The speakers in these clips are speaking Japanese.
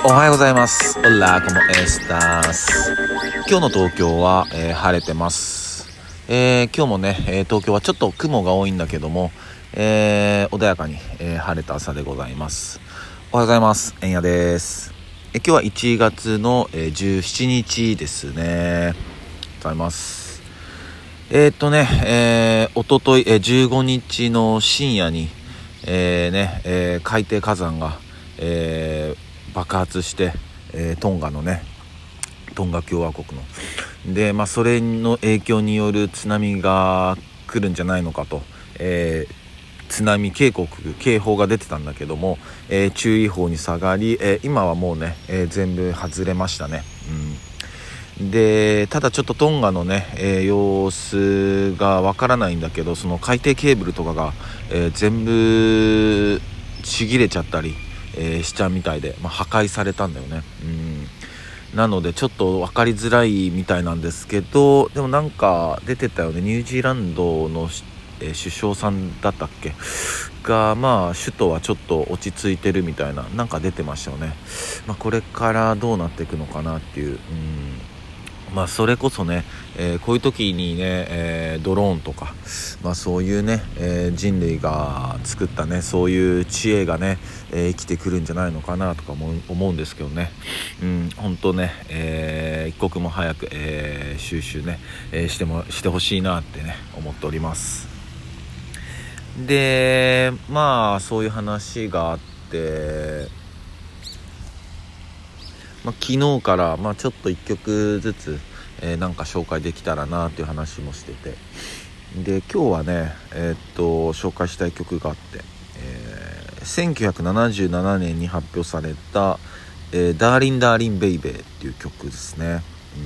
おはようございます。オラコモエスタス。今日の東京は、晴れてます。今日もね、東京はちょっと雲が多いんだけども、穏やかに、晴れた朝でございます。おはようございます。えんやです。今日は1月の、17日ですね。ございます。おととい、15日の深夜に、海底火山が、爆発して、トンガのねトンガ共和国ので、それの影響による津波が来るんじゃないのかと、津波警報が出てたんだけども、注意報に下がり、今はもうね、全部外れましたね。でただちょっとトンガのね、様子がわからないんだけど、その海底ケーブルとかが、全部ちぎれちゃったり、しちゃうみたいで、破壊されたんだよね。なのでちょっと分かりづらいみたいなんですけど、でもなんか出てたよね。ニュージーランドの、首相さんだったっけが、首都はちょっと落ち着いてるみたいな、なんか出てましたよね。これからどうなっていくのかなっていう、それこそね、こういう時にね、ドローンとか、そういうね、人類が作ったね、そういう知恵がね、生きてくるんじゃないのかなとかも思うんですけどね。本当ね、一刻も早く、収集ね、してほしいなってね思っております。でそういう話があって、昨日からちょっと1曲ずつ、なんか紹介できたらなっていう話もしてて、で今日はね、紹介したい曲があって、1977年に発表された、ダーリンダーリンベイベーっていう曲ですね。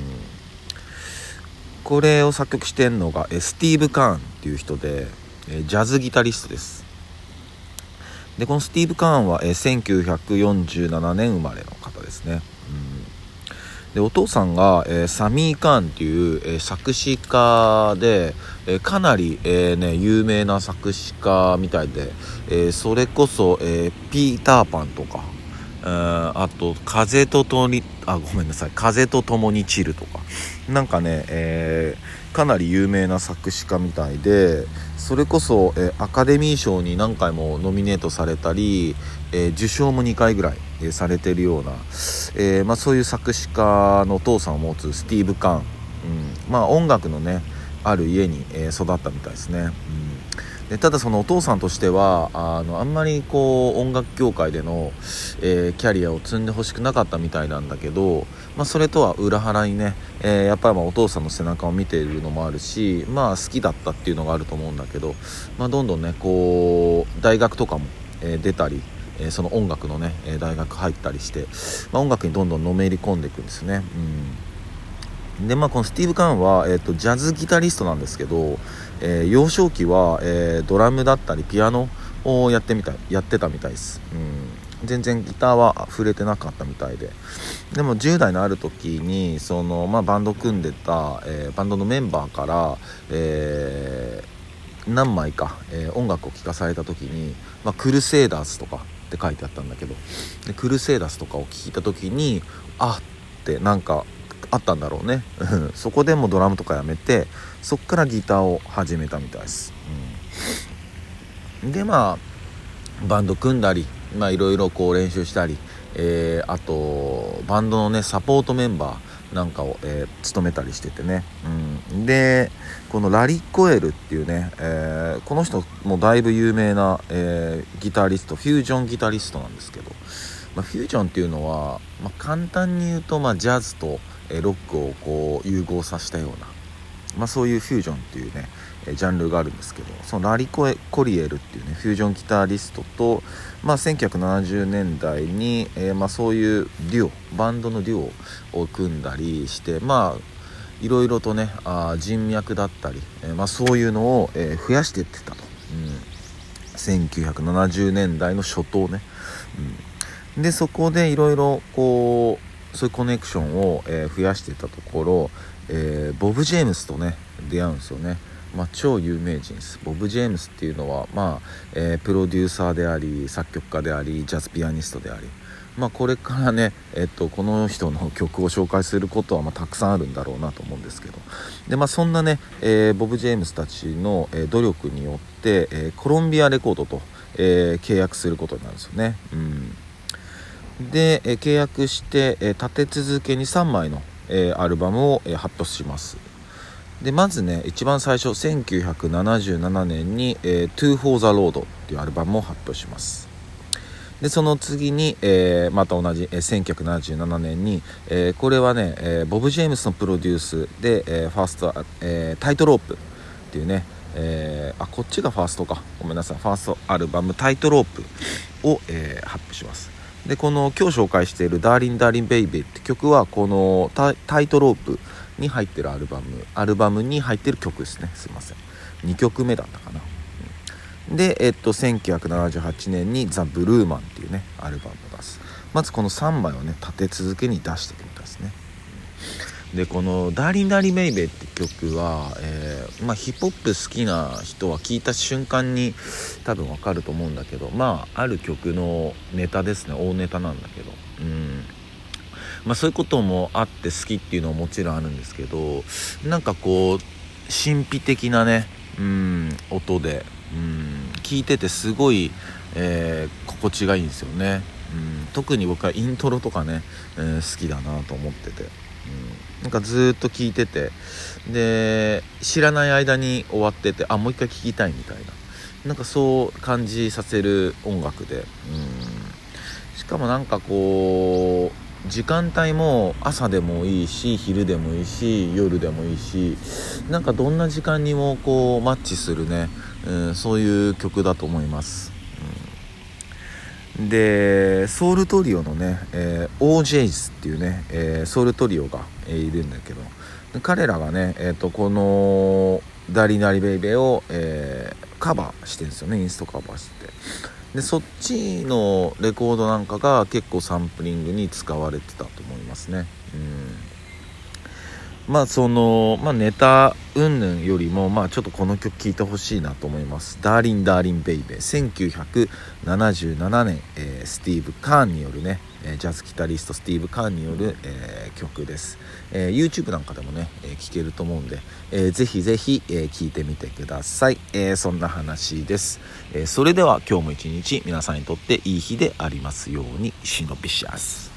これを作曲してんのが、スティーブ・カーンっていう人で、ジャズギタリストです。でこのスティーブ・カーンは、1947年生まれの方ですね。でお父さんが、サミー・カーンっていう、作詞家で、かなり、有名な作詞家みたいで、それこそ、ピーターパンとか、あと風と共に散るとか、なんかね、かなり有名な作詞家みたいで、それこそ、アカデミー賞に何回もノミネートされたり、受賞も2回ぐらい、されてるような、そういう作詞家のお父さんを持つスティーブ・カーン、音楽のねある家に、育ったみたいですね。でただそのお父さんとしてはあんまりこう音楽業界での、キャリアを積んでほしくなかったみたいなんだけど、それとは裏腹にね、やっぱりお父さんの背中を見ているのもあるし、好きだったっていうのがあると思うんだけど、どんどんねこう大学とかも、出たり、その音楽のね大学入ったりして、音楽にどんどんのめり込んでいくんですね。でこのスティーブ・カーンは、ジャズギタリストなんですけど、幼少期は、ドラムだったりピアノをやってたみたいです。全然ギターは触れてなかったみたいで、でも10代のある時にその、バンド組んでた、バンドのメンバーから、何枚か、音楽を聴かされた時に、クルセイダーズとかって書いてあったんだけど、でクルセイダーズとかを聴いた時にってなんかあったんだろうね。そこでもドラムとかやめて、そっからギターを始めたみたいです。でバンド組んだり、いろいろこう練習したり、あとバンドのねサポートメンバーなんかを、務めたりしててね。でこのラリ・コエルっていうね、この人もだいぶ有名な、ギタリスト、フュージョンギタリストなんですけど、フュージョンっていうのは、簡単に言うと、ジャズと、ロックをこう融合させたような、そういうフュージョンっていうね、ジャンルがあるんですけど、そのラリコリエルっていうねフュージョンギタリストと、1970年代に、そういうバンドのデュオを組んだりして、いろいろとね人脈だったり、そういうのを、増やしていってたと。1970年代の初頭ね。でそこでいろいろこうそういうコネクションを、増やしていったところ、ボブ・ジェームスとね出会うんですよね。 超有名人です。ボブ・ジェームスっていうのは、プロデューサーであり作曲家でありジャズピアニストであり、これからね、この人の曲を紹介することはたくさんあるんだろうなと思うんですけど、で、そんなね、ボブ・ジェームスたちの、努力によって、コロンビアレコードと、契約することになるんですよね。で、契約して、立て続けに3枚の、アルバムを、発表します。でまずね、一番最初1977年に、To for the Road っていうアルバムを発表します。でその次に、また同じ、1977年に、これはね、ボブ・ジェームスのプロデュースで、ファースト、タイトロープっていうね、こっちがファーストか、ごめんなさい、ファーストアルバムタイトロープを、発表します。でこの今日紹介しているダーリンダーリンベイベーって曲はこのタイトロープに入ってるアルバムに入ってる曲ですね。すいません、2曲目だったかな。で、1978年にザ・ブルーマンっていうねアルバムを出す。まずこの3枚をね立て続けに出してみたんですね。でこのダーリンダーリンベイベーって曲は、ヒップホップ好きな人は聴いた瞬間に多分わかると思うんだけど、ある曲のネタですね。大ネタなんだけど、そういうこともあって好きっていうのはもちろんあるんですけど、なんかこう神秘的なね、音で、聴いててすごい、心地がいいんですよね。特に僕はイントロとかね、好きだなと思ってて、なんかずっと聴いてて、で知らない間に終わってて、もう一回聴きたいみたいな、なんかそう感じさせる音楽で、しかもなんかこう時間帯も朝でもいいし昼でもいいし夜でもいいし、なんかどんな時間にもこうマッチするね、そういう曲だと思います。でソウルトリオのね、OJs っていうね、ソウルトリオが、いるんだけど、彼らがね、このダーリンダーリンベイベーを、カバーしてるんですよね。インストカバーして、でそっちのレコードなんかが結構サンプリングに使われてたと思いますね。ネタ云々よりもちょっとこの曲聴いてほしいなと思います。ダーリンダーリンベイベー、1977年、スティーブ・カーンによるね、ジャズギタリストスティーブ・カーンによる、曲です。YouTube なんかでもね、聴けると思うんで、ぜひぜひ聴いてみてください。そんな話です。それでは今日も一日皆さんにとっていい日でありますように。シノビシャス。